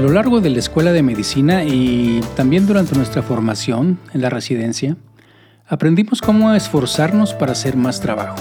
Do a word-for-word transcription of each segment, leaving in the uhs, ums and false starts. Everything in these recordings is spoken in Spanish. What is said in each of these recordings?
lo largo de la escuela de medicina y también durante nuestra formación en la residencia, aprendimos cómo esforzarnos para hacer más trabajo.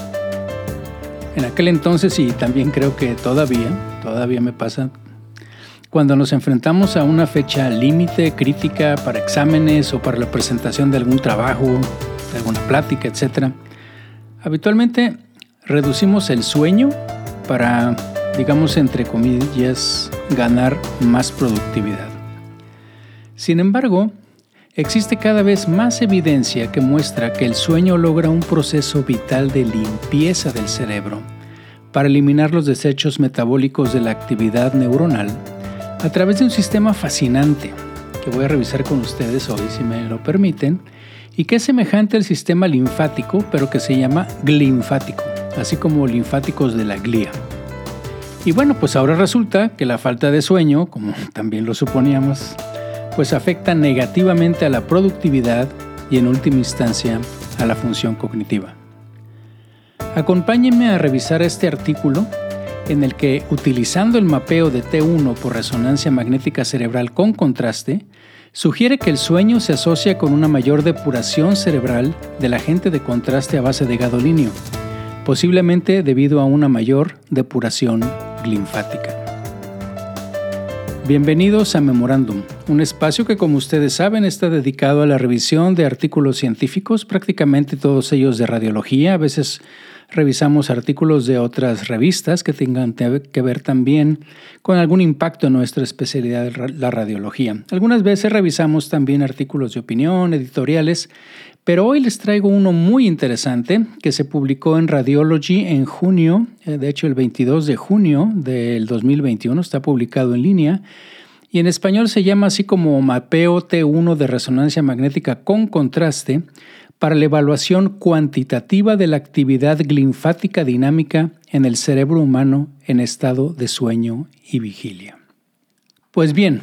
En aquel entonces, y también creo que todavía, todavía me pasa, cuando nos enfrentamos a una fecha límite, crítica para exámenes o para la presentación de algún trabajo, de alguna plática, etcétera, habitualmente reducimos el sueño para, digamos, entre comillas, ganar más productividad. Sin embargo, existe cada vez más evidencia que muestra que el sueño logra un proceso vital de limpieza del cerebro para eliminar los desechos metabólicos de la actividad neuronal a través de un sistema fascinante que voy a revisar con ustedes hoy, si me lo permiten, y que es semejante al sistema linfático, pero que se llama glinfático, así como linfáticos de la glía. Y bueno, pues ahora resulta que la falta de sueño, como también lo suponíamos, pues afecta negativamente a la productividad y en última instancia a la función cognitiva. Acompáñenme a revisar este artículo en el que, utilizando el mapeo de T uno por resonancia magnética cerebral con contraste, sugiere que el sueño se asocia con una mayor depuración cerebral del agente de contraste a base de gadolinio, posiblemente debido a una mayor depuración linfática. Bienvenidos a Memorándum, un espacio que, como ustedes saben, está dedicado a la revisión de artículos científicos, prácticamente todos ellos de radiología. A veces revisamos artículos de otras revistas que tengan que ver también con algún impacto en nuestra especialidad, la radiología. Algunas veces revisamos también artículos de opinión, editoriales, pero hoy les traigo uno muy interesante que se publicó en Radiology en junio, de hecho el veintidós de junio del dos mil veintiuno, está publicado en línea, y en español se llama así como Mapeo T uno de resonancia magnética con contraste para la evaluación cuantitativa de la actividad linfática dinámica en el cerebro humano en estado de sueño y vigilia. Pues bien,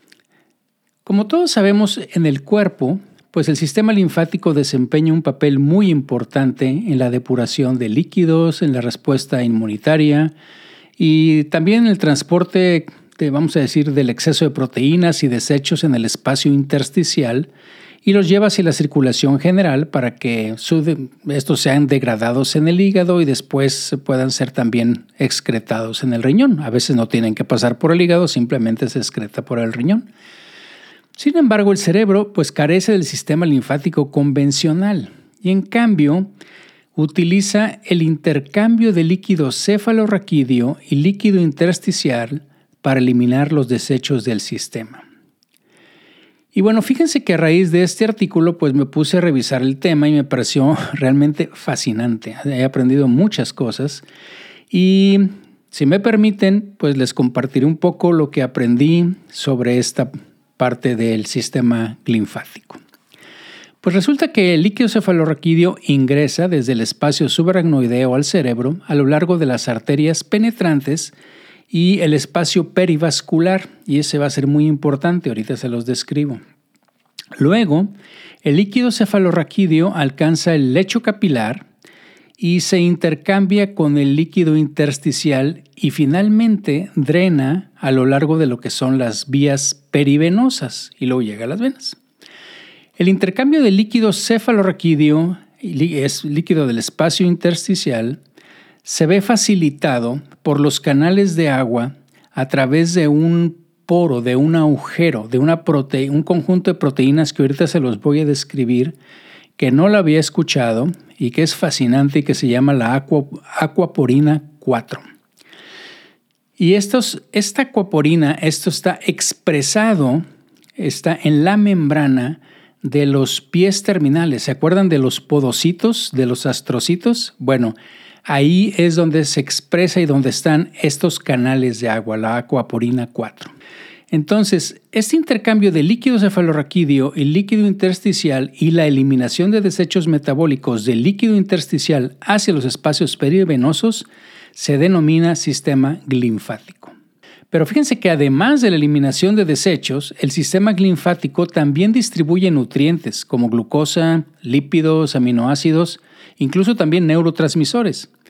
como todos sabemos, en el cuerpo, pues el sistema linfático desempeña un papel muy importante en la depuración de líquidos, en la respuesta inmunitaria y también en el transporte, de, vamos a decir, del exceso de proteínas y desechos en el espacio intersticial, y los lleva hacia la circulación general para que su, estos sean degradados en el hígado y después puedan ser también excretados en el riñón. A veces no tienen que pasar por el hígado, simplemente se excreta por el riñón. Sin embargo, el cerebro pues carece del sistema linfático convencional y en cambio utiliza el intercambio de líquido cefalorraquídeo y líquido intersticial para eliminar los desechos del sistema. Y bueno, fíjense que a raíz de este artículo pues me puse a revisar el tema y me pareció realmente fascinante. He aprendido muchas cosas y si me permiten pues les compartiré un poco lo que aprendí sobre esta parte del sistema linfático. Pues resulta que el líquido cefalorraquídeo ingresa desde el espacio subaracnoideo al cerebro a lo largo de las arterias penetrantes y el espacio perivascular, y ese va a ser muy importante, ahorita se los describo. Luego, el líquido cefalorraquídeo alcanza el lecho capilar y se intercambia con el líquido intersticial y finalmente drena a lo largo de lo que son las vías perivenosas y luego llega a las venas. El intercambio de líquido cefalorraquídeo, es líquido del espacio intersticial, se ve facilitado por los canales de agua a través de un poro, de un agujero, de una prote- un conjunto de proteínas que ahorita se los voy a describir, que no la había escuchado y que es fascinante y que se llama la aqua, aquaporina cuatro. Y estos, esta aquaporina, esto está expresado, está en la membrana de los pies terminales. ¿Se acuerdan de los podocitos, de los astrocitos? Bueno, ahí es donde se expresa y donde están estos canales de agua, la aquaporina cuatro. Entonces, este intercambio de líquido cefalorraquídeo y líquido intersticial y la eliminación de desechos metabólicos del líquido intersticial hacia los espacios perivenosos se denomina sistema linfático. Pero fíjense que además de la eliminación de desechos, el sistema linfático también distribuye nutrientes como glucosa, lípidos, aminoácidos, incluso también neurotransmisores.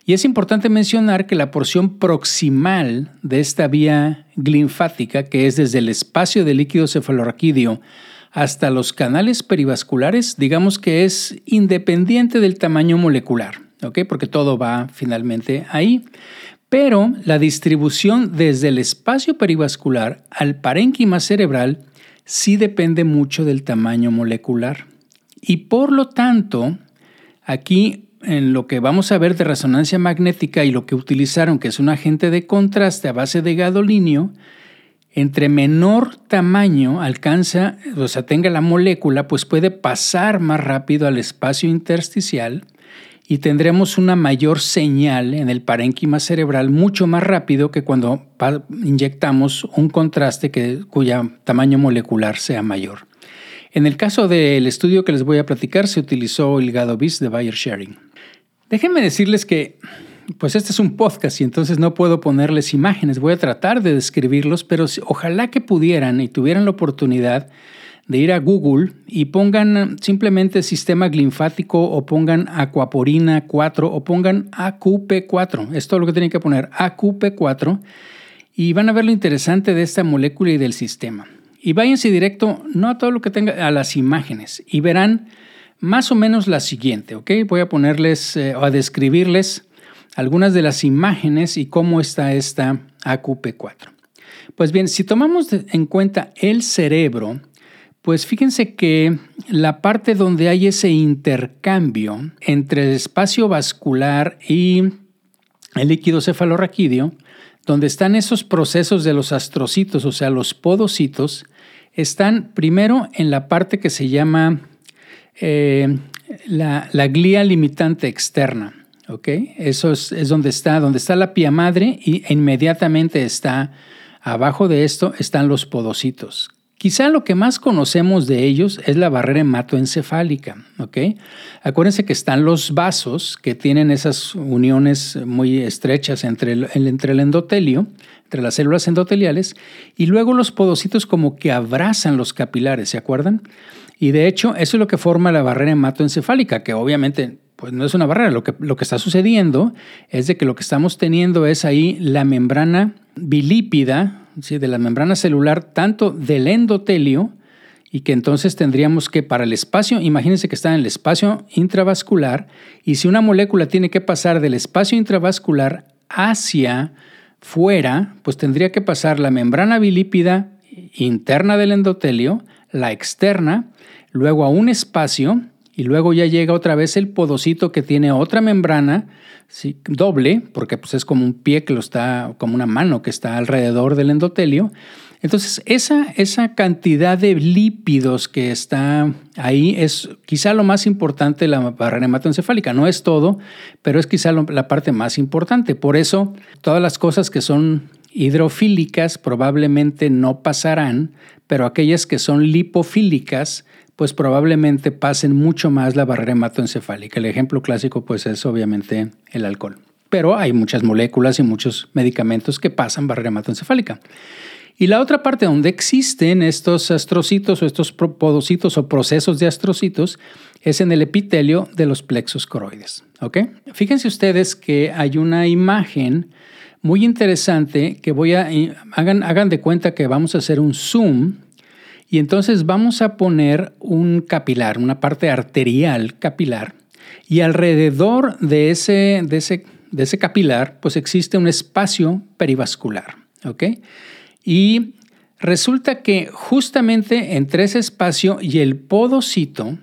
Y es importante mencionar que la porción proximal de esta vía linfática, que es desde el espacio del líquido cefalorraquídeo hasta los canales perivasculares, digamos que es independiente del tamaño molecular, ¿ok? Porque todo va finalmente ahí. Pero la distribución desde el espacio perivascular al parénquima cerebral sí depende mucho del tamaño molecular. Y por lo tanto, aquí en lo que vamos a ver de resonancia magnética y lo que utilizaron, que es un agente de contraste a base de gadolínio, entre menor tamaño alcanza, o sea, tenga la molécula, pues puede pasar más rápido al espacio intersticial y tendremos una mayor señal en el parénquima cerebral mucho más rápido que cuando inyectamos un contraste que, cuya tamaño molecular sea mayor. En el caso del estudio que les voy a platicar, se utilizó el Gadovis de Bayer Schering. Déjenme decirles que pues este es un podcast y entonces no puedo ponerles imágenes. Voy a tratar de describirlos, pero ojalá que pudieran y tuvieran la oportunidad de ir a Google y pongan simplemente sistema linfático o pongan aquaporina cuatro o pongan A Q P cuatro. Es todo lo que tienen que poner, A Q P cuatro, y van a ver lo interesante de esta molécula y del sistema. Y váyanse directo, no a todo lo que tenga, a las imágenes, y verán más o menos la siguiente, ¿ok? Voy a ponerles eh, o a describirles algunas de las imágenes y cómo está esta A Q P cuatro. Pues bien, si tomamos en cuenta el cerebro, pues fíjense que la parte donde hay ese intercambio entre el espacio vascular y el líquido cefalorraquídeo, donde están esos procesos de los astrocitos, o sea, los podocitos, están primero en la parte que se llama eh, la, la glía limitante externa. Okay. Eso es, es donde está, donde está la pía madre y inmediatamente está abajo de esto están los podocitos. Quizá lo que más conocemos de ellos es la barrera hematoencefálica. ¿Okay? Acuérdense que están los vasos que tienen esas uniones muy estrechas entre el, entre el endotelio, entre las células endoteliales, y luego los podocitos como que abrazan los capilares, ¿se acuerdan? Y de hecho eso es lo que forma la barrera hematoencefálica, que obviamente pues no es una barrera. Lo que, lo que está sucediendo es de que lo que estamos teniendo es ahí la membrana bilípida, ¿sí? De la membrana celular, tanto del endotelio, y que entonces tendríamos que para el espacio, imagínense que está en el espacio intravascular, y si una molécula tiene que pasar del espacio intravascular hacia fuera, pues tendría que pasar la membrana bilípida interna del endotelio, la externa, luego a un espacio, y luego ya llega otra vez el podocito que tiene otra membrana, ¿sí? Doble, porque pues es como un pie que lo está, como una mano que está alrededor del endotelio. Entonces, esa, esa cantidad de lípidos que está ahí es quizá lo más importante de la barrera hematoencefálica. No es todo, pero es quizá lo, la parte más importante. Por eso, todas las cosas que son hidrofílicas probablemente no pasarán, pero aquellas que son lipofílicas pues probablemente pasen mucho más la barrera hematoencefálica. El ejemplo clásico pues es obviamente el alcohol. Pero hay muchas moléculas y muchos medicamentos que pasan barrera hematoencefálica. Y la otra parte donde existen estos astrocitos o estos podocitos o procesos de astrocitos es en el epitelio de los plexos coroides. ¿Ok? Fíjense ustedes que hay una imagen muy interesante que voy a... Hagan, hagan de cuenta que vamos a hacer un zoom. Y entonces vamos a poner un capilar, una parte arterial capilar, y alrededor de ese, de ese, de ese capilar pues existe un espacio perivascular, ¿ok? Y resulta que justamente entre ese espacio y el podocito,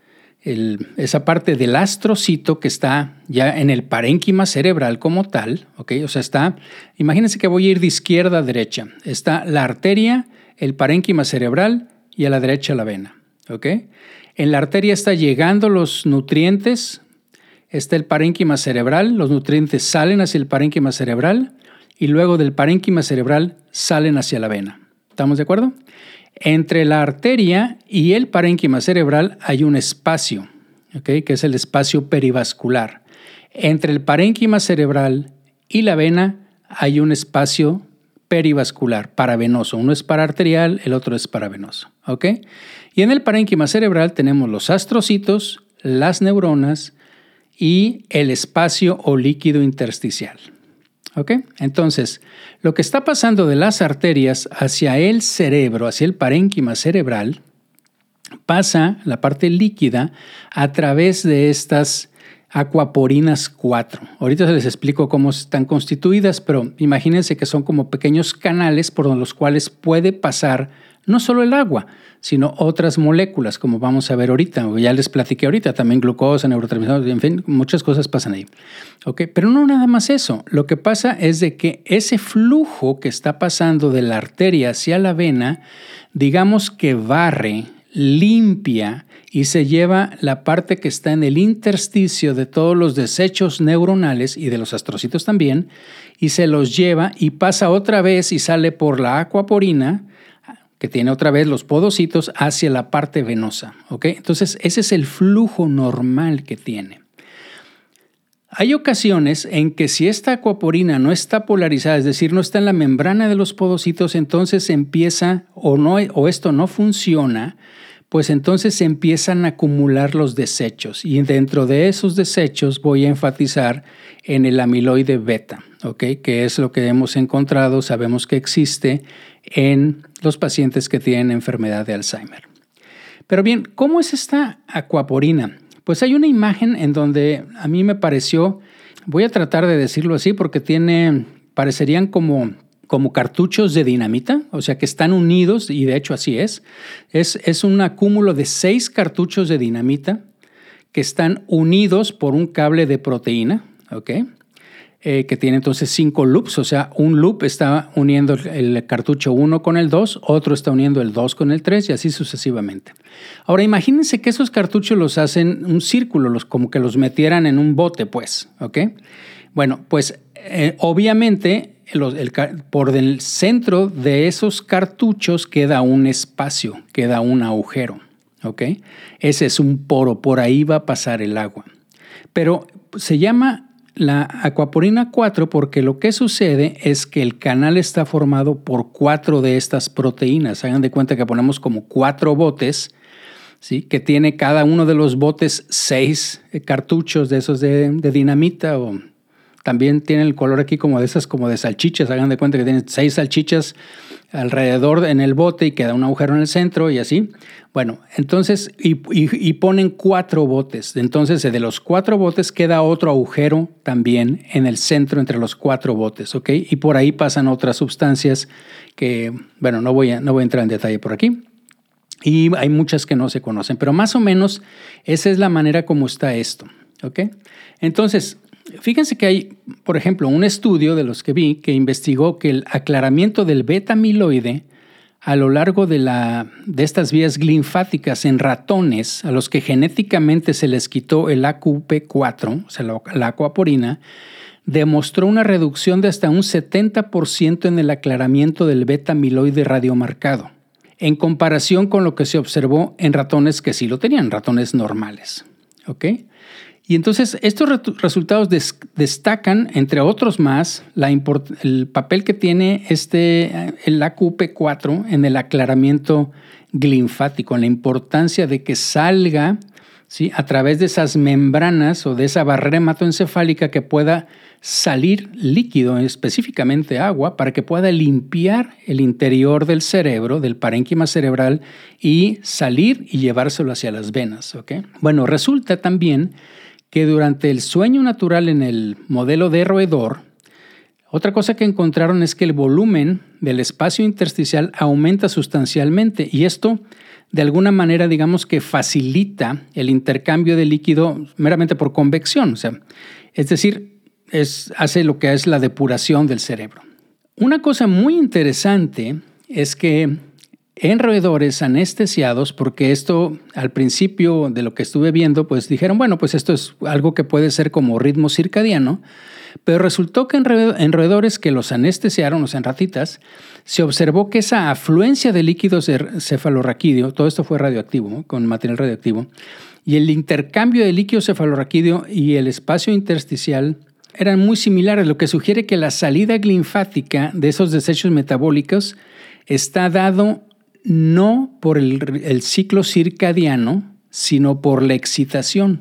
el, esa parte del astrocito que está ya en el parénquima cerebral como tal, ¿ok? O sea, está, imagínense que voy a ir de izquierda a derecha, está la arteria, el parénquima cerebral y a la derecha la vena. ¿Ok? En la arteria está llegando los nutrientes, está el parénquima cerebral, los nutrientes salen hacia el parénquima cerebral y luego del parénquima cerebral salen hacia la vena. ¿Estamos de acuerdo? Entre la arteria y el parénquima cerebral hay un espacio, ¿ok? Que es el espacio perivascular. Entre el parénquima cerebral y la vena hay un espacio perivascular, paravenoso. Uno es paraarterial, el otro es paravenoso. ¿Ok? Y en el parénquima cerebral tenemos los astrocitos, las neuronas y el espacio o líquido intersticial. ¿Ok? Entonces, lo que está pasando de las arterias hacia el cerebro, hacia el parénquima cerebral, pasa la parte líquida a través de estas acuaporinas cuatro. Ahorita les explico cómo están constituidas, pero imagínense que son como pequeños canales por los cuales puede pasar no solo el agua, sino otras moléculas, como vamos a ver ahorita, o ya les platiqué ahorita, también glucosa, neurotransmisores, en fin, muchas cosas pasan ahí. ¿Okay? Pero no nada más eso, lo que pasa es de que ese flujo que está pasando de la arteria hacia la vena, digamos que barre, limpia y se lleva la parte que está en el intersticio de todos los desechos neuronales y de los astrocitos también, y se los lleva y pasa otra vez y sale por la acuaporina, que tiene otra vez los podocitos, hacia la parte venosa. ¿Ok? Entonces, ese es el flujo normal que tiene. Hay ocasiones en que si esta acuaporina no está polarizada, es decir, no está en la membrana de los podocitos, entonces empieza, o, no, o esto no funciona, pues entonces se empiezan a acumular los desechos. Y dentro de esos desechos voy a enfatizar en el amiloide beta, ¿ok? Que es lo que hemos encontrado, sabemos que existe en los pacientes que tienen enfermedad de Alzheimer. Pero bien, ¿cómo es esta acuaporina? Pues hay una imagen en donde a mí me pareció, voy a tratar de decirlo así porque tiene, parecerían como, como cartuchos de dinamita, o sea que están unidos y de hecho así es. Es, es un acúmulo de seis cartuchos de dinamita que están unidos por un cable de proteína, ¿ok? Eh, que tiene entonces cinco loops, o sea, un loop está uniendo el cartucho uno con el dos, otro está uniendo el dos con el tres y así sucesivamente. Ahora, imagínense que esos cartuchos los hacen un círculo, los, como que los metieran en un bote, pues, ¿ok? Bueno, pues eh, obviamente los, el, por el centro de esos cartuchos queda un espacio, queda un agujero, ¿ok? Ese es un poro, por ahí va a pasar el agua. Pero se llama la acuaporina cuatro porque lo que sucede es que el canal está formado por cuatro de estas proteínas. Hagan de cuenta que ponemos como cuatro botes, ¿sí? Que tiene cada uno de los botes seis cartuchos de esos de, de dinamita, o también tiene el color aquí como de esas como de salchichas. Hagan de cuenta que tienen seis salchichas alrededor en el bote y queda un agujero en el centro y así. Bueno, entonces, y, y, y ponen cuatro botes. Entonces, de los cuatro botes queda otro agujero también en el centro entre los cuatro botes, ¿ok? Y por ahí pasan otras sustancias que, bueno, no voy a, no voy a entrar en detalle por aquí. Y hay muchas que no se conocen, pero más o menos esa es la manera como está esto, ¿ok? Entonces, fíjense que hay, por ejemplo, un estudio de los que vi que investigó que el aclaramiento del beta-amiloide a lo largo de, la, de estas vías linfáticas en ratones a los que genéticamente se les quitó el A Q P cuatro, o sea, la, la acuaporina, demostró una reducción de hasta un setenta por ciento en el aclaramiento del beta-amiloide radiomarcado, en comparación con lo que se observó en ratones que sí lo tenían, ratones normales, ¿ok? Y entonces estos re- resultados des- destacan, entre otros más, la import- el papel que tiene este, el A Q P cuatro en el aclaramiento linfático, en la importancia de que salga, ¿sí? A través de esas membranas o de esa barrera hematoencefálica que pueda salir líquido, específicamente agua, para que pueda limpiar el interior del cerebro, del parénquima cerebral, y salir y llevárselo hacia las venas, ¿ok? Bueno, resulta también que durante el sueño natural en el modelo de roedor, otra cosa que encontraron es que el volumen del espacio intersticial aumenta sustancialmente y esto de alguna manera digamos que facilita el intercambio de líquido meramente por convección, o sea, es decir, es, hace lo que es la depuración del cerebro. Una cosa muy interesante es que en roedores anestesiados, porque esto al principio de lo que estuve viendo, pues dijeron, bueno, pues esto es algo que puede ser como ritmo circadiano, pero resultó que en roedores que los anestesiaron, o sea, en ratitas, se observó que esa afluencia de líquido cefalorraquídeo, todo esto fue radioactivo, ¿no? Con material radioactivo, y el intercambio de líquido cefalorraquídeo y el espacio intersticial eran muy similares, lo que sugiere que la salida linfática de esos desechos metabólicos está dado no por el, el ciclo circadiano, sino por la excitación,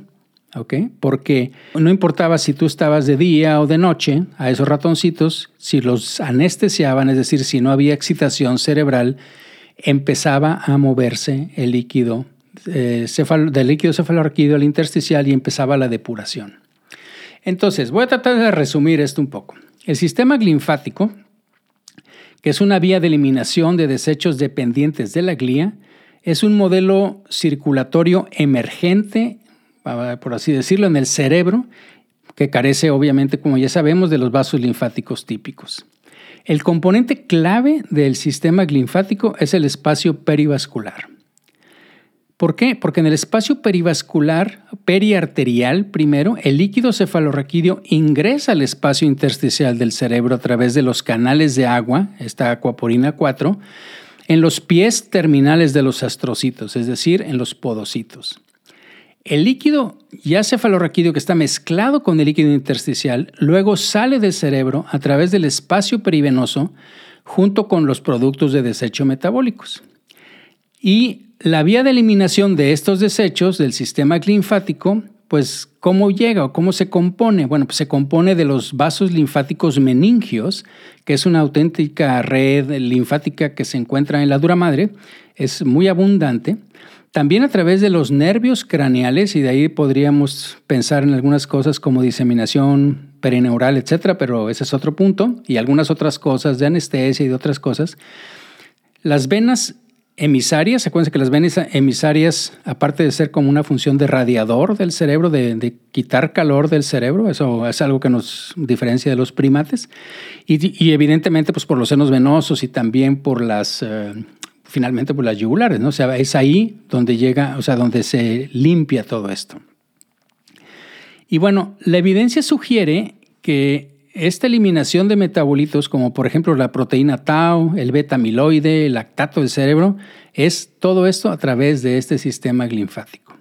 ¿ok? Porque no importaba si tú estabas de día o de noche, a esos ratoncitos, si los anestesiaban, es decir, si no había excitación cerebral, empezaba a moverse el líquido eh, cefalo, del líquido cefalorraquídeo al intersticial y empezaba la depuración. Entonces, voy a tratar de resumir esto un poco. El sistema linfático, que es una vía de eliminación de desechos dependientes de la glía, es un modelo circulatorio emergente, por así decirlo, en el cerebro, que carece obviamente, como ya sabemos, de los vasos linfáticos típicos. El componente clave del sistema linfático es el espacio perivascular. ¿Por qué? Porque en el espacio perivascular, periarterial primero, el líquido cefalorraquídeo ingresa al espacio intersticial del cerebro a través de los canales de agua, esta acuaporina cuatro, en los pies terminales de los astrocitos, es decir, en los podocitos. El líquido ya cefalorraquídeo que está mezclado con el líquido intersticial luego sale del cerebro a través del espacio perivenoso junto con los productos de desecho metabólicos. Y la vía de eliminación de estos desechos del sistema linfático, pues, ¿cómo llega o cómo se compone? Bueno, pues se compone de los vasos linfáticos meningios, que es una auténtica red linfática que se encuentra en la dura madre, es muy abundante. También a través de los nervios craneales, y de ahí podríamos pensar en algunas cosas como diseminación perineural, etcétera, pero ese es otro punto, y algunas otras cosas de anestesia y de otras cosas. Las venas emisarias, acuérdense que las venas emisarias, aparte de ser como una función de radiador del cerebro, de, de quitar calor del cerebro, eso es algo que nos diferencia de los primates, y, y evidentemente pues por los senos venosos y también por las, eh, finalmente por las yugulares, ¿no? O sea, es ahí donde llega, o sea, donde se limpia todo esto. Y bueno, la evidencia sugiere que esta eliminación de metabolitos, como por ejemplo la proteína tau, el beta-amiloide, el lactato del cerebro, es todo esto a través de este sistema linfático.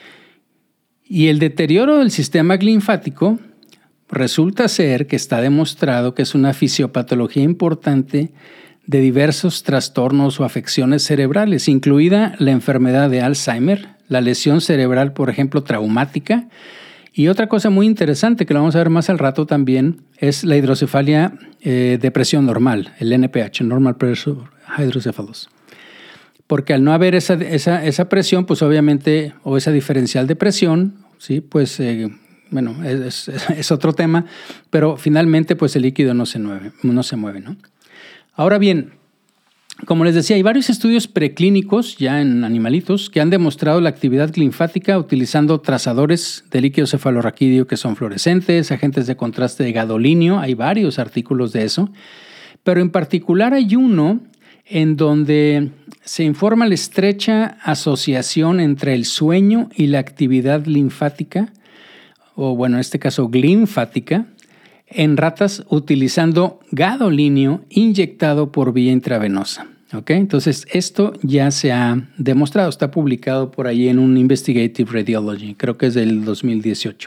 Y el deterioro del sistema linfático resulta ser que está demostrado que es una fisiopatología importante de diversos trastornos o afecciones cerebrales, incluida la enfermedad de Alzheimer, la lesión cerebral, por ejemplo, traumática. Y otra cosa muy interesante que lo vamos a ver más al rato también es la hidrocefalia eh, de presión normal, el N P H, Normal Pressure Hydrocephalus. Porque al no haber esa, esa, esa presión, pues obviamente, o esa diferencial de presión, ¿sí? Pues eh, bueno, es, es, es otro tema, pero finalmente pues el líquido no se mueve, no se mueve, ¿no? Ahora bien, como les decía, hay varios estudios preclínicos ya en animalitos que han demostrado la actividad linfática utilizando trazadores de líquido cefalorraquídeo que son fluorescentes, agentes de contraste de gadolínio, hay varios artículos de eso, pero en particular hay uno en donde se informa la estrecha asociación entre el sueño y la actividad linfática, o bueno, en este caso glinfática, en ratas utilizando gadolínio inyectado por vía intravenosa. ¿Okay? Entonces, esto ya se ha demostrado, está publicado por ahí en un Investigative Radiology, creo que es del dos mil dieciocho.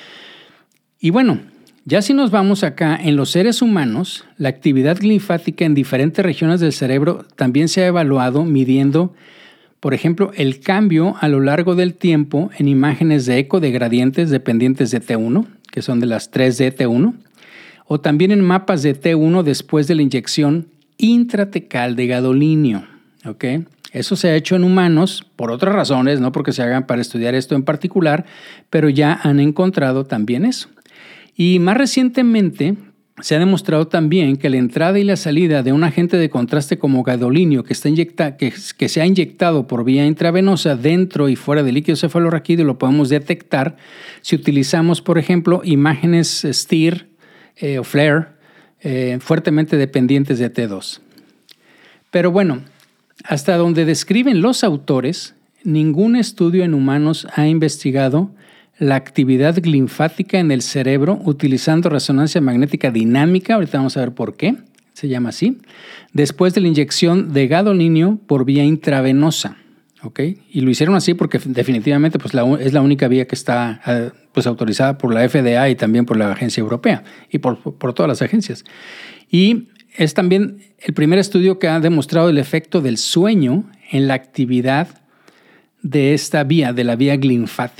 Y bueno, ya si nos vamos acá, en los seres humanos, la actividad linfática en diferentes regiones del cerebro también se ha evaluado midiendo, por ejemplo, el cambio a lo largo del tiempo en imágenes de eco de gradientes dependientes de T uno, que son de las tres D T uno, o también en mapas de T uno después de la inyección intratecal de gadolínio. ¿Okay? Eso se ha hecho en humanos por otras razones, no porque se hagan para estudiar esto en particular, pero ya han encontrado también eso. Y más recientemente se ha demostrado también que la entrada y la salida de un agente de contraste como gadolínio que, está inyecta, que, que se ha inyectado por vía intravenosa dentro y fuera del líquido cefalorraquídeo lo podemos detectar si utilizamos, por ejemplo, imágenes S T I R eh, o FLAIR eh, fuertemente dependientes de T dos. Pero bueno, hasta donde describen los autores, ningún estudio en humanos ha investigado la actividad linfática en el cerebro utilizando resonancia magnética dinámica, ahorita vamos a ver por qué, se llama así, después de la inyección de gadolínio por vía intravenosa. ¿Okay? Y lo hicieron así porque definitivamente pues, la, es la única vía que está pues, autorizada por la F D A y también por la Agencia Europea y por, por todas las agencias. Y es también el primer estudio que ha demostrado el efecto del sueño en la actividad de esta vía, de la vía linfática.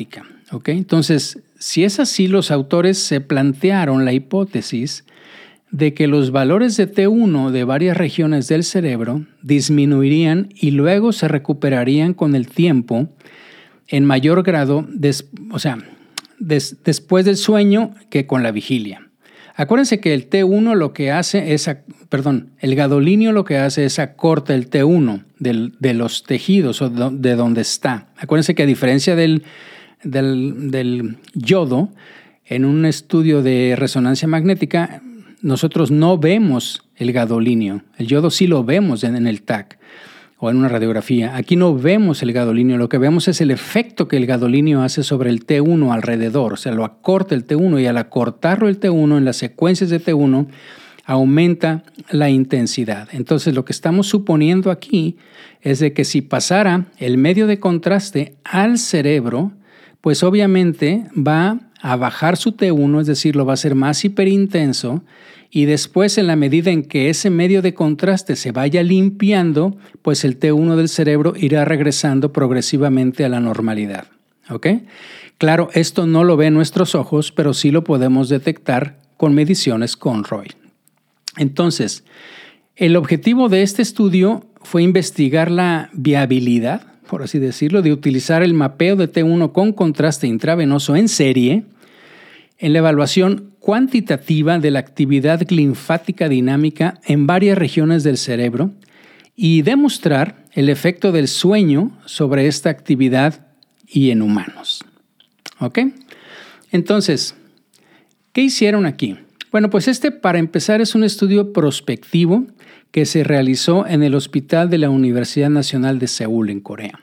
¿Ok? Entonces, si es así, los autores se plantearon la hipótesis de que los valores de T uno de varias regiones del cerebro disminuirían y luego se recuperarían con el tiempo en mayor grado, des, o sea, des, después del sueño que con la vigilia. Acuérdense que el T uno lo que hace es, perdón, el gadolinio lo que hace es acorta el T uno del, de los tejidos o de, de donde está. Acuérdense que a diferencia del, del, del yodo, en un estudio de resonancia magnética, nosotros no vemos el gadolinio. El yodo sí lo vemos en, en el T A C o en una radiografía. Aquí no vemos el gadolinio, lo que vemos es el efecto que el gadolinio hace sobre el T uno alrededor, o sea, lo acorta el T uno y al acortarlo el T uno en las secuencias de T uno aumenta la intensidad. Entonces, lo que estamos suponiendo aquí es de que si pasara el medio de contraste al cerebro, pues obviamente va a bajar su T uno, es decir, lo va a hacer más hiperintenso, y después, en la medida en que ese medio de contraste se vaya limpiando, pues el T uno del cerebro irá regresando progresivamente a la normalidad. ¿Ok? Claro, esto no lo ven nuestros ojos, pero sí lo podemos detectar con mediciones Conroy. Entonces, el objetivo de este estudio fue investigar la viabilidad, por así decirlo, de utilizar el mapeo de T uno con contraste intravenoso en serie en la evaluación cuantitativa de la actividad linfática dinámica en varias regiones del cerebro y demostrar el efecto del sueño sobre esta actividad y en humanos. ¿Ok? Entonces, ¿qué hicieron aquí? Bueno, pues este, para empezar, es un estudio prospectivo que se realizó en el Hospital de la Universidad Nacional de Seúl, en Corea.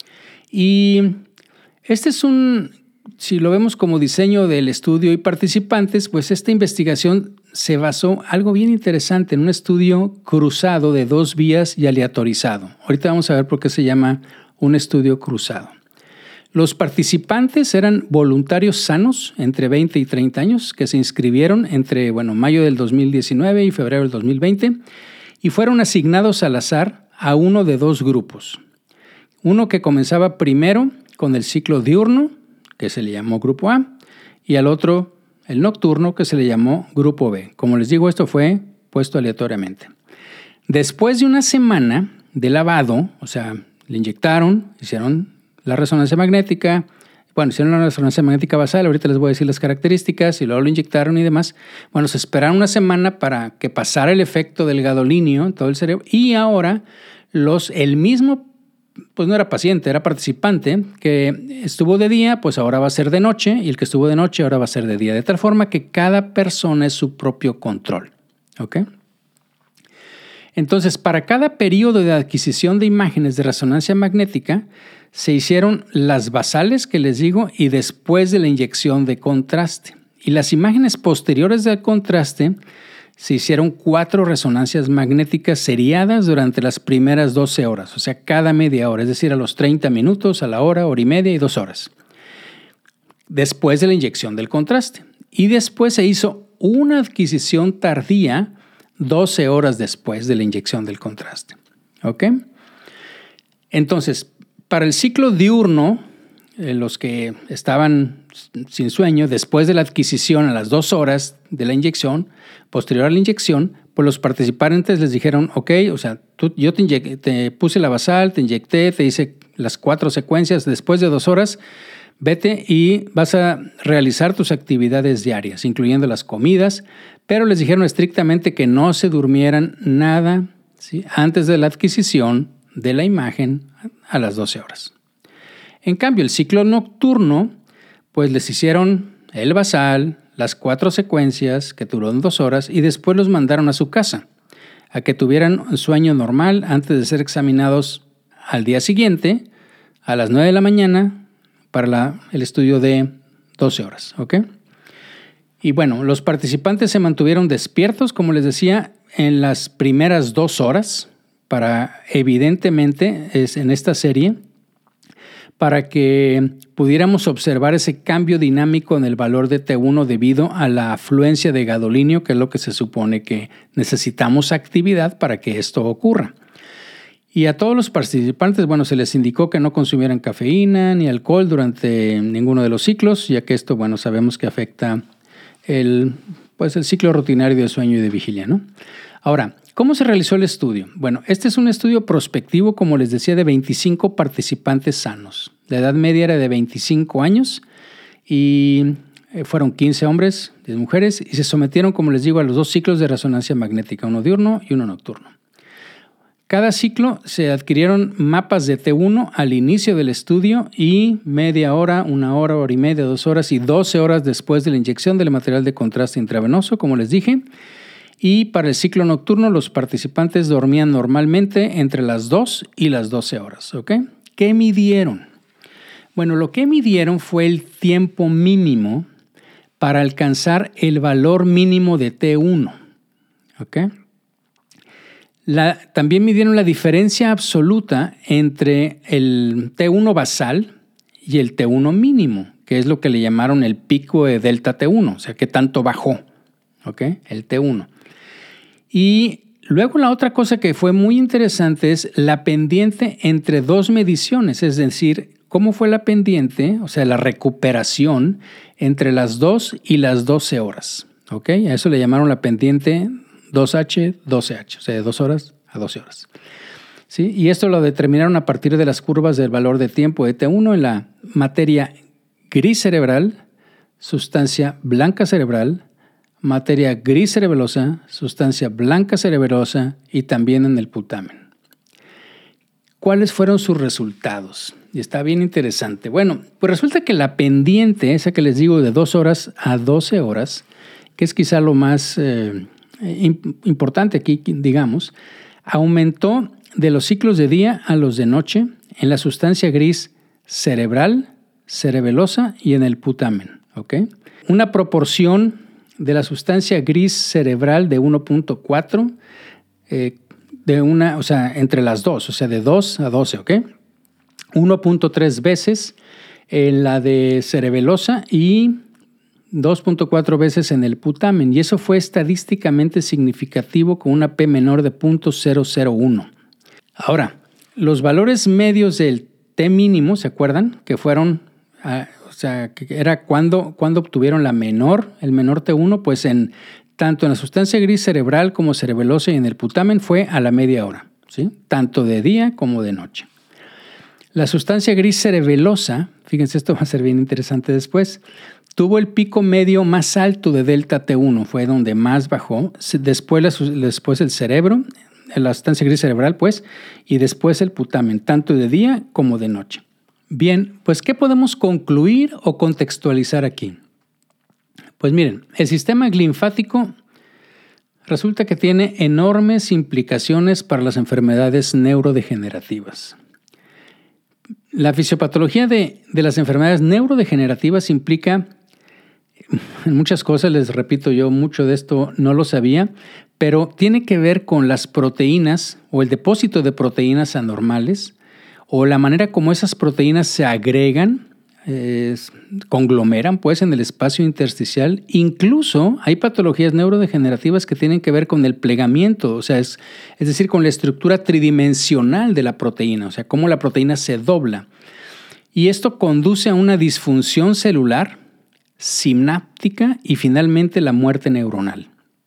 Y este es un... Si lo vemos como diseño del estudio y participantes, pues esta investigación se basó algo bien interesante en un estudio cruzado de dos vías y aleatorizado. Ahorita vamos a ver por qué se llama un estudio cruzado. Los participantes eran voluntarios sanos entre veinte y treinta años que se inscribieron entre bueno, mayo del dos mil diecinueve y febrero del dos mil veinte y fueron asignados al azar a uno de dos grupos. Uno que comenzaba primero con el ciclo diurno, que se le llamó Grupo A, y al otro, el nocturno, que se le llamó Grupo B. Como les digo, esto fue puesto aleatoriamente. Después de una semana de lavado, o sea, le inyectaron, hicieron la resonancia magnética, bueno, hicieron la resonancia magnética basal, ahorita les voy a decir las características, y luego lo inyectaron y demás. Bueno, se esperaron una semana para que pasara el efecto del gadolinio en todo el cerebro, y ahora los, el mismo pues no era paciente, era participante, que estuvo de día, pues ahora va a ser de noche, y el que estuvo de noche ahora va a ser de día, de tal forma que cada persona es su propio control. ¿Ok? Entonces, para cada periodo de adquisición de imágenes de resonancia magnética, se hicieron las basales que les digo y después de la inyección de contraste. Y las imágenes posteriores del contraste se hicieron cuatro resonancias magnéticas seriadas durante las primeras doce horas, o sea, cada media hora, es decir, a los treinta minutos, a la hora, hora y media y dos horas, después de la inyección del contraste. Y después se hizo una adquisición tardía doce horas después de la inyección del contraste. ¿Ok? Entonces, para el ciclo diurno, eh, los que estaban sin sueño, después de la adquisición a las dos horas de la inyección, posterior a la inyección, pues los participantes les dijeron, ok, o sea, tú, yo te, inyecté, te puse la basal, te inyecté, te hice las cuatro secuencias, después de dos horas, vete y vas a realizar tus actividades diarias, incluyendo las comidas, pero les dijeron estrictamente que no se durmieran nada, ¿sí?, antes de la adquisición de la imagen a las doce horas. En cambio, el ciclo nocturno, pues les hicieron el basal, las cuatro secuencias que duraron dos horas y después los mandaron a su casa, a que tuvieran un sueño normal antes de ser examinados al día siguiente, a las nueve de la mañana, para la, el estudio de doce horas. ¿Ok? Y bueno, los participantes se mantuvieron despiertos, como les decía, en las primeras dos horas, para evidentemente, es en esta serie, para que pudiéramos observar ese cambio dinámico en el valor de T uno debido a la afluencia de gadolinio, que es lo que se supone que necesitamos actividad para que esto ocurra. Y a todos los participantes, bueno, se les indicó que no consumieran cafeína ni alcohol durante ninguno de los ciclos, ya que esto, bueno, sabemos que afecta el, pues, el ciclo rutinario de sueño y de vigilia, ¿no? Ahora, ¿cómo se realizó el estudio? Bueno, este es un estudio prospectivo, como les decía, de veinticinco participantes sanos. La edad media era de veinticinco años y fueron quince hombres, diez mujeres, y se sometieron, como les digo, a los dos ciclos de resonancia magnética, uno diurno y uno nocturno. Cada ciclo se adquirieron mapas de T uno al inicio del estudio y media hora, una hora, hora y media, dos horas y doce horas después de la inyección del material de contraste intravenoso, como les dije. Y para el ciclo nocturno los participantes dormían normalmente entre las dos y las doce horas. ¿Ok? ¿Qué midieron? Bueno, lo que midieron fue el tiempo mínimo para alcanzar el valor mínimo de T uno. ¿Ok? La, también midieron la diferencia absoluta entre el T uno basal y el T uno mínimo, que es lo que le llamaron el pico de delta T uno, o sea, que tanto bajó, ¿ok? El T uno. Y luego la otra cosa que fue muy interesante es la pendiente entre dos mediciones, es decir, cómo fue la pendiente, o sea, la recuperación entre las dos y las doce horas, ¿ok? A eso le llamaron la pendiente dos H, doce H, o sea, de dos horas a doce horas. ¿Sí? Y esto lo determinaron a partir de las curvas del valor de tiempo de T uno en la materia gris cerebral, sustancia blanca cerebral, materia gris cerebelosa, sustancia blanca cerebelosa y también en el putamen. ¿Cuáles fueron sus resultados? Y está bien interesante. Bueno, pues resulta que la pendiente, esa que les digo de dos horas a doce horas, que es quizá lo más eh, importante aquí, digamos, aumentó de los ciclos de día a los de noche en la sustancia gris cerebral, cerebelosa y en el putamen. ¿Okay? Una proporción de la sustancia gris cerebral de uno punto cuatro, eh, de una, o sea, entre las dos, o sea, de dos a doce, ¿ok? uno punto tres veces en la de cerebelosa y dos punto cuatro veces en el putamen, y eso fue estadísticamente significativo con una P menor de cero punto cero cero uno. Ahora, los valores medios del T mínimo, ¿se acuerdan? Que fueron, uh, o sea, que era cuando, cuando obtuvieron la menor, el menor T uno, pues en tanto en la sustancia gris cerebral como cerebelosa y en el putamen fue a la media hora, ¿sí? Tanto de día como de noche. La sustancia gris cerebelosa, fíjense, esto va a ser bien interesante después, tuvo el pico medio más alto de delta T uno, fue donde más bajó, después, la, después el cerebro, la sustancia gris cerebral, pues, y después el putamen, tanto de día como de noche. Bien, pues, ¿qué podemos concluir o contextualizar aquí? Pues miren, el sistema linfático resulta que tiene enormes implicaciones para las enfermedades neurodegenerativas. La fisiopatología de, de las enfermedades neurodegenerativas implica en muchas cosas, les repito yo, mucho de esto no lo sabía, pero tiene que ver con las proteínas o el depósito de proteínas anormales o la manera como esas proteínas se agregan, eh, conglomeran pues en el espacio intersticial. Incluso hay patologías neurodegenerativas que tienen que ver con el plegamiento, o sea, es, es decir, con la estructura tridimensional de la proteína, o sea, cómo la proteína se dobla. Y esto conduce a una disfunción celular, sináptica y finalmente la muerte neuronal.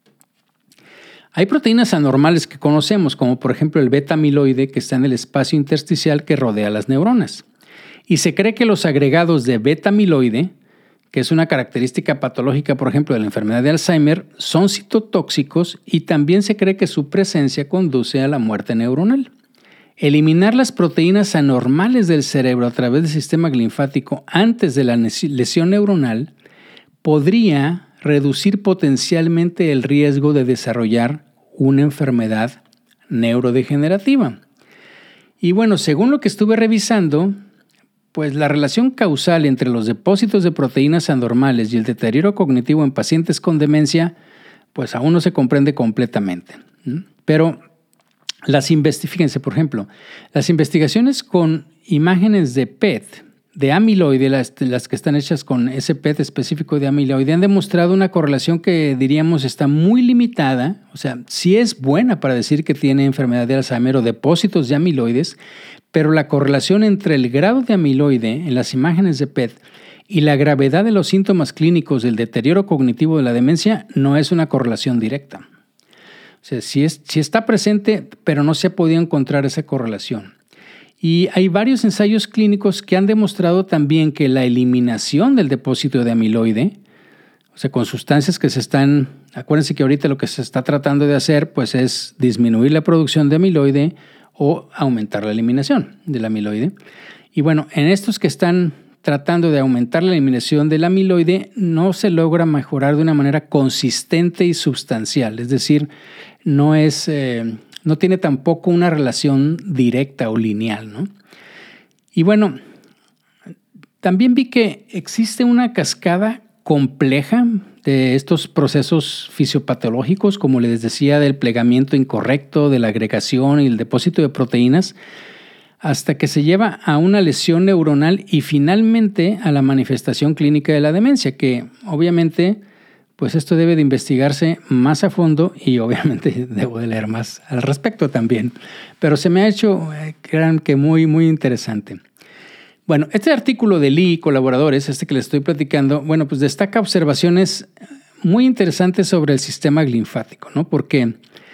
Hay proteínas anormales que conocemos, como por ejemplo el beta-amiloide que está en el espacio intersticial que rodea las neuronas. Y se cree que los agregados de beta-amiloide, que es una característica patológica, por ejemplo, de la enfermedad de Alzheimer, son citotóxicos y también se cree que su presencia conduce a la muerte neuronal. Eliminar las proteínas anormales del cerebro a través del sistema linfático antes de la lesión neuronal podría reducir potencialmente el riesgo de desarrollar una enfermedad neurodegenerativa. Y bueno, según lo que estuve revisando, pues la relación causal entre los depósitos de proteínas anormales y el deterioro cognitivo en pacientes con demencia, pues aún no se comprende completamente. Pero las investigaciones, fíjense, por ejemplo, las investigaciones con imágenes de P E T de amiloide, las, las que están hechas con ese P E T específico de amiloide, han demostrado una correlación que diríamos está muy limitada. O sea, sí es buena para decir que tiene enfermedad de Alzheimer o depósitos de amiloides, pero la correlación entre el grado de amiloide en las imágenes de P E T y la gravedad de los síntomas clínicos del deterioro cognitivo de la demencia no es una correlación directa. O sea, sí, es, sí está presente, pero no se ha podido encontrar esa correlación. Y hay varios ensayos clínicos que han demostrado también que la eliminación del depósito de amiloide, o sea, con sustancias que se están, acuérdense que ahorita lo que se está tratando de hacer pues es disminuir la producción de amiloide o aumentar la eliminación del amiloide. Y bueno, en estos que están tratando de aumentar la eliminación del amiloide no se logra mejorar de una manera consistente y sustancial, es decir, no es... Eh, no tiene tampoco una relación directa o lineal, ¿no? Y bueno, también vi que existe una cascada compleja de estos procesos fisiopatológicos, como les decía, del plegamiento incorrecto, de la agregación y el depósito de proteínas, hasta que se lleva a una lesión neuronal y finalmente a la manifestación clínica de la demencia, que obviamente... pues esto debe de investigarse más a fondo y obviamente debo de leer más al respecto también. Pero se me ha hecho, crean que muy, muy interesante. Bueno, este artículo de Lee y colaboradores, este que les estoy platicando, bueno, pues destaca observaciones muy interesantes sobre el sistema linfático, ¿no? Porque,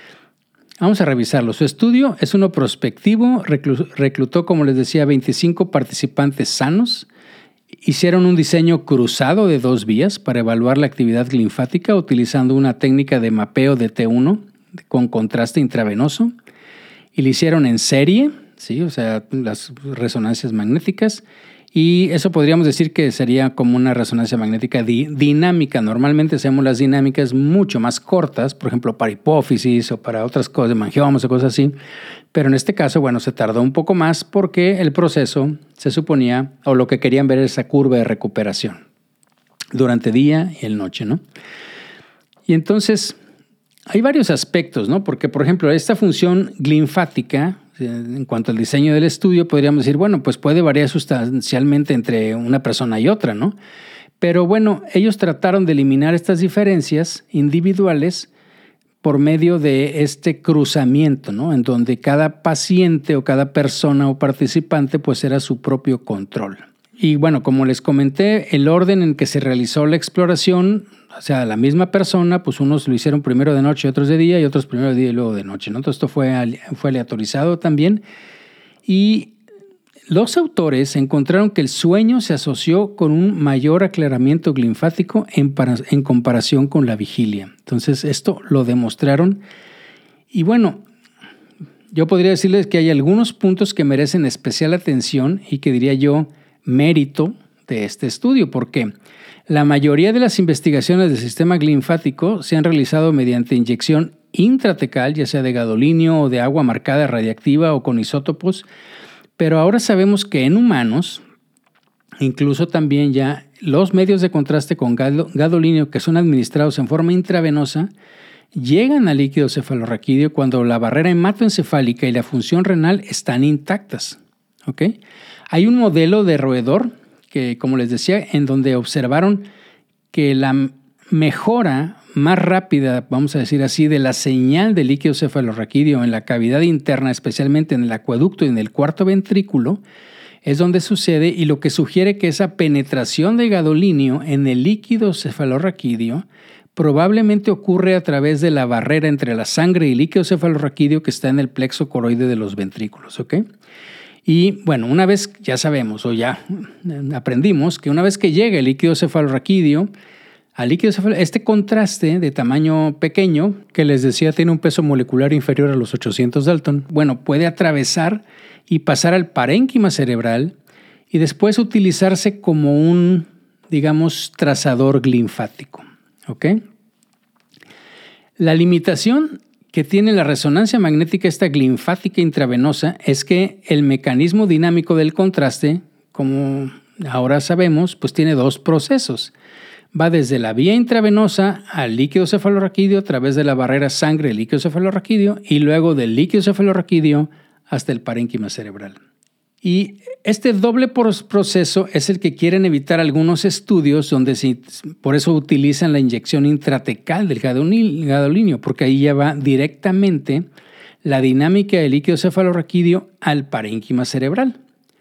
vamos a revisarlo. Su estudio es uno prospectivo, reclutó, como les decía, veinticinco participantes sanos. Hicieron un diseño cruzado de dos vías para evaluar la actividad linfática utilizando una técnica de mapeo de T uno con contraste intravenoso y lo hicieron en serie, ¿sí? O sea, las resonancias magnéticas, y eso podríamos decir que sería como una resonancia magnética di- dinámica. Normalmente hacemos las dinámicas mucho más cortas, por ejemplo, para hipófisis o para otras cosas, mangiomas o cosas así. Pero en este caso, bueno, se tardó un poco más porque el proceso se suponía, o lo que querían ver es esa curva de recuperación durante día y el noche, ¿no? Y entonces, hay varios aspectos, ¿no? Porque, por ejemplo, esta función linfática, en cuanto al diseño del estudio, podríamos decir, bueno, pues puede variar sustancialmente entre una persona y otra, ¿no? Pero bueno, ellos trataron de eliminar estas diferencias individuales por medio de este cruzamiento, ¿no? En donde cada paciente o cada persona o participante pues era su propio control. Y bueno, como les comenté, el orden en que se realizó la exploración, o sea, la misma persona, pues unos lo hicieron primero de noche, otros de día y otros primero de día y luego de noche, ¿no? Entonces esto fue, fue aleatorizado también. Y los autores encontraron que el sueño se asoció con un mayor aclaramiento linfático en, para, en comparación con la vigilia. Entonces esto lo demostraron. Y bueno, yo podría decirles que hay algunos puntos que merecen especial atención y que diría yo mérito de este estudio, porque la mayoría de las investigaciones del sistema linfático se han realizado mediante inyección intratecal, ya sea de gadolinio o de agua marcada radiactiva o con isótopos, pero ahora sabemos que en humanos, incluso también ya los medios de contraste con gadolinio que son administrados en forma intravenosa, llegan al líquido cefalorraquídeo cuando la barrera hematoencefálica y la función renal están intactas. ¿Okay? Hay un modelo de roedor que, como les decía, en donde observaron que la mejora más rápida, vamos a decir así, de la señal de líquido cefalorraquídeo en la cavidad interna, especialmente en el acueducto y en el cuarto ventrículo, es donde sucede, y lo que sugiere que esa penetración de gadolinio en el líquido cefalorraquídeo probablemente ocurre a través de la barrera entre la sangre y el líquido cefalorraquídeo que está en el plexo coroide de los ventrículos, ¿ok? Y bueno, una vez ya sabemos o ya aprendimos que una vez que llega el líquido cefalorraquídeo al líquido cefalorraquídeo, este contraste de tamaño pequeño, que les decía tiene un peso molecular inferior a los ochocientos Dalton, bueno, puede atravesar y pasar al parénquima cerebral y después utilizarse como un, digamos, trazador linfático. ¿Ok? La limitación que tiene la resonancia magnética esta linfática intravenosa es que el mecanismo dinámico del contraste, como ahora sabemos, pues tiene dos procesos. Va desde la vía intravenosa al líquido cefalorraquídeo a través de la barrera sangre-líquido cefalorraquídeo y luego del líquido cefalorraquídeo hasta el parénquima cerebral. Y este doble proceso es el que quieren evitar algunos estudios donde se, por eso utilizan la inyección intratecal del gadolinio, porque ahí ya va directamente la dinámica del líquido cefalorraquídeo al parénquima cerebral.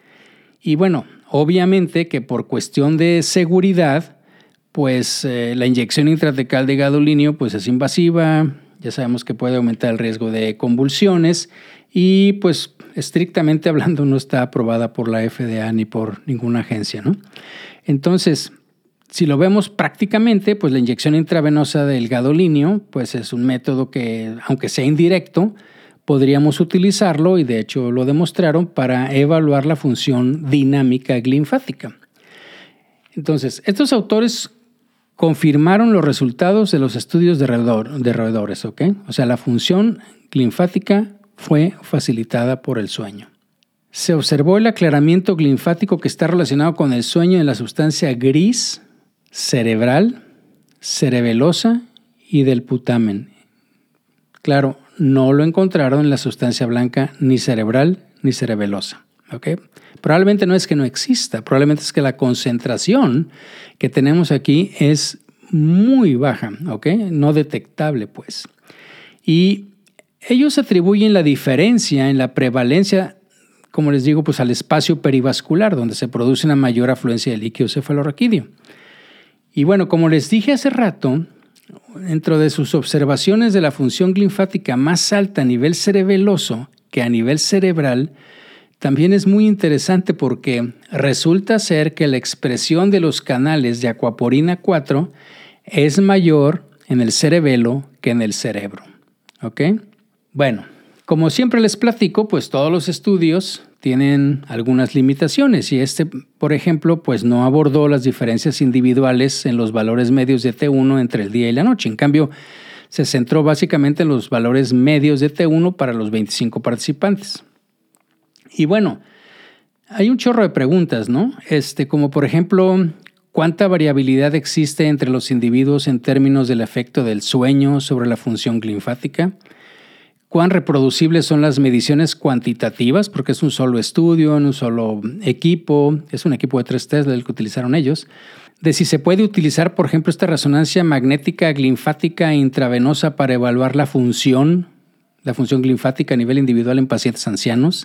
Y bueno, obviamente que por cuestión de seguridad, pues eh, la inyección intratecal de gadolinio pues es invasiva, ya sabemos que puede aumentar el riesgo de convulsiones y pues estrictamente hablando no está aprobada por la F D A ni por ninguna agencia, ¿no? Entonces, si lo vemos prácticamente, pues la inyección intravenosa del gadolinio pues es un método que, aunque sea indirecto, podríamos utilizarlo, y de hecho lo demostraron, para evaluar la función dinámica linfática. Entonces, estos autores confirmaron los resultados de los estudios de, roedor, de roedores, ¿ok? O sea, la función linfática fue facilitada por el sueño. Se observó el aclaramiento linfático que está relacionado con el sueño en la sustancia gris, cerebral, cerebelosa y del putamen. Claro, no lo encontraron en la sustancia blanca ni cerebral ni cerebelosa. ¿Okay? Probablemente no es que no exista, probablemente es que la concentración que tenemos aquí es muy baja, ¿okay? No detectable, pues. Y ellos atribuyen la diferencia en la prevalencia, como les digo, pues al espacio perivascular, donde se produce una mayor afluencia de líquido cefalorraquídeo. Y bueno, como les dije hace rato, dentro de sus observaciones de la función linfática más alta a nivel cerebeloso que a nivel cerebral, también es muy interesante porque resulta ser que la expresión de los canales de acuaporina cuatro es mayor en el cerebelo que en el cerebro. ¿Ok? Bueno, como siempre les platico, pues todos los estudios tienen algunas limitaciones y este, por ejemplo, pues no abordó las diferencias individuales en los valores medios de T uno entre el día y la noche. En cambio, se centró básicamente en los valores medios de T uno para los veinticinco participantes. Y bueno, hay un chorro de preguntas, ¿no? Este, como por ejemplo, ¿cuánta variabilidad existe entre los individuos en términos del efecto del sueño sobre la función linfática? ¿Cuán reproducibles son las mediciones cuantitativas? Porque es un solo estudio, en un solo equipo, es un equipo de tres Tesla el que utilizaron ellos. De si se puede utilizar, por ejemplo, esta resonancia magnética linfática intravenosa para evaluar la función, la función linfática a nivel individual en pacientes ancianos.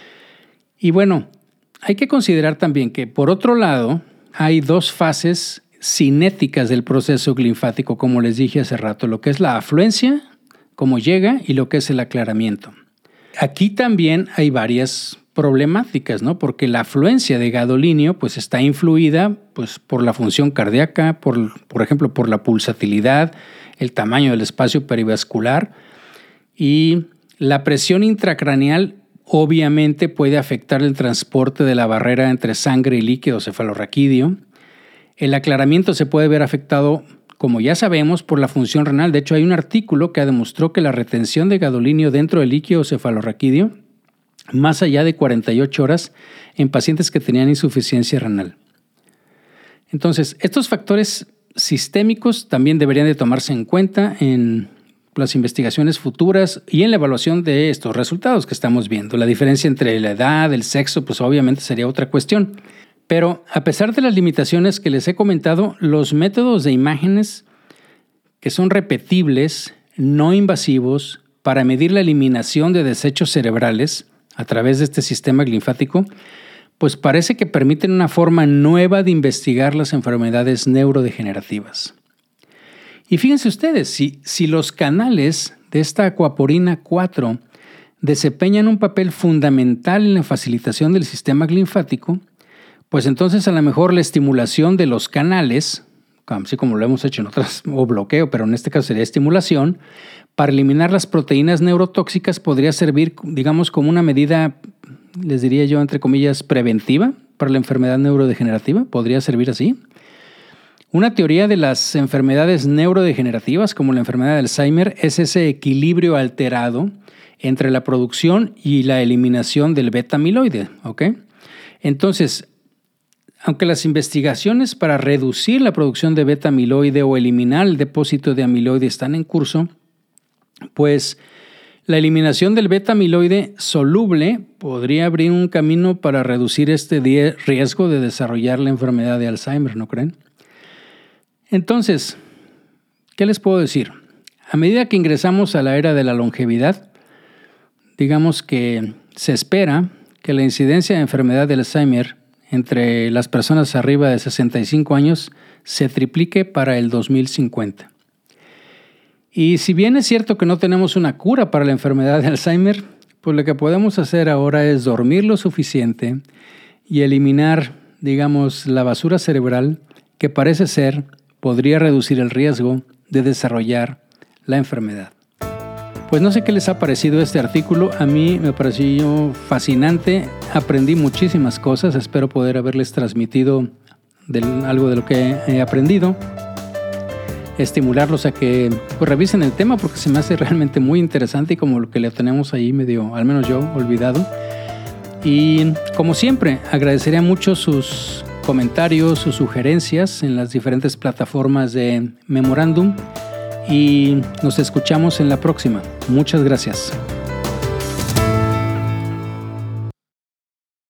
Y bueno, hay que considerar también que, por otro lado, hay dos fases cinéticas del proceso linfático, como les dije hace rato, lo que es la afluencia, cómo llega, y lo que es el aclaramiento. Aquí también hay varias problemáticas, ¿no? Porque la afluencia de gadolinio pues, está influida pues, por la función cardíaca, por, por ejemplo, por la pulsatilidad, el tamaño del espacio perivascular, y la presión intracraneal obviamente puede afectar el transporte de la barrera entre sangre y líquido cefalorraquídeo. El aclaramiento se puede ver afectado, como ya sabemos, por la función renal. De hecho, hay un artículo que demostró que la retención de gadolinio dentro del líquido cefalorraquídeo, más allá de cuarenta y ocho horas, en pacientes que tenían insuficiencia renal. Entonces, estos factores sistémicos también deberían de tomarse en cuenta en las investigaciones futuras y en la evaluación de estos resultados que estamos viendo. La diferencia entre la edad, el sexo, pues obviamente sería otra cuestión. Pero a pesar de las limitaciones que les he comentado, los métodos de imágenes que son repetibles, no invasivos, para medir la eliminación de desechos cerebrales a través de este sistema linfático, pues parece que permiten una forma nueva de investigar las enfermedades neurodegenerativas. Y fíjense ustedes, si, si los canales de esta acuaporina cuatro desempeñan un papel fundamental en la facilitación del sistema linfático, pues entonces a lo mejor la estimulación de los canales, así como lo hemos hecho en otras, o bloqueo, pero en este caso sería estimulación, para eliminar las proteínas neurotóxicas podría servir, digamos, como una medida, les diría yo, entre comillas, preventiva para la enfermedad neurodegenerativa. Podría servir así. Una teoría de las enfermedades neurodegenerativas, como la enfermedad de Alzheimer, es ese equilibrio alterado entre la producción y la eliminación del beta-amiloide, ¿ok? Entonces, aunque las investigaciones para reducir la producción de beta-amiloide o eliminar el depósito de amiloide están en curso, pues La eliminación del beta-amiloide soluble podría abrir un camino para reducir este riesgo de desarrollar la enfermedad de Alzheimer, ¿no creen? Entonces, ¿qué les puedo decir? A medida que ingresamos a la era de la longevidad, digamos que se espera que la incidencia de enfermedad de Alzheimer entre las personas arriba de sesenta y cinco años se triplique para el dos mil cincuenta. Y si bien es cierto que no tenemos una cura para la enfermedad de Alzheimer, pues lo que podemos hacer ahora es dormir lo suficiente y eliminar, digamos, la basura cerebral que parece ser podría reducir el riesgo de desarrollar la enfermedad. Pues no sé qué les ha parecido este artículo, a mí me pareció fascinante, aprendí muchísimas cosas, espero poder haberles transmitido de algo de lo que he aprendido, estimularlos a que pues, revisen el tema porque se me hace realmente muy interesante y como lo que le tenemos ahí medio, al menos yo, olvidado. Y como siempre, agradecería mucho sus comentarios, sus sugerencias en las diferentes plataformas de Memorándum. Y nos escuchamos en la próxima. Muchas gracias.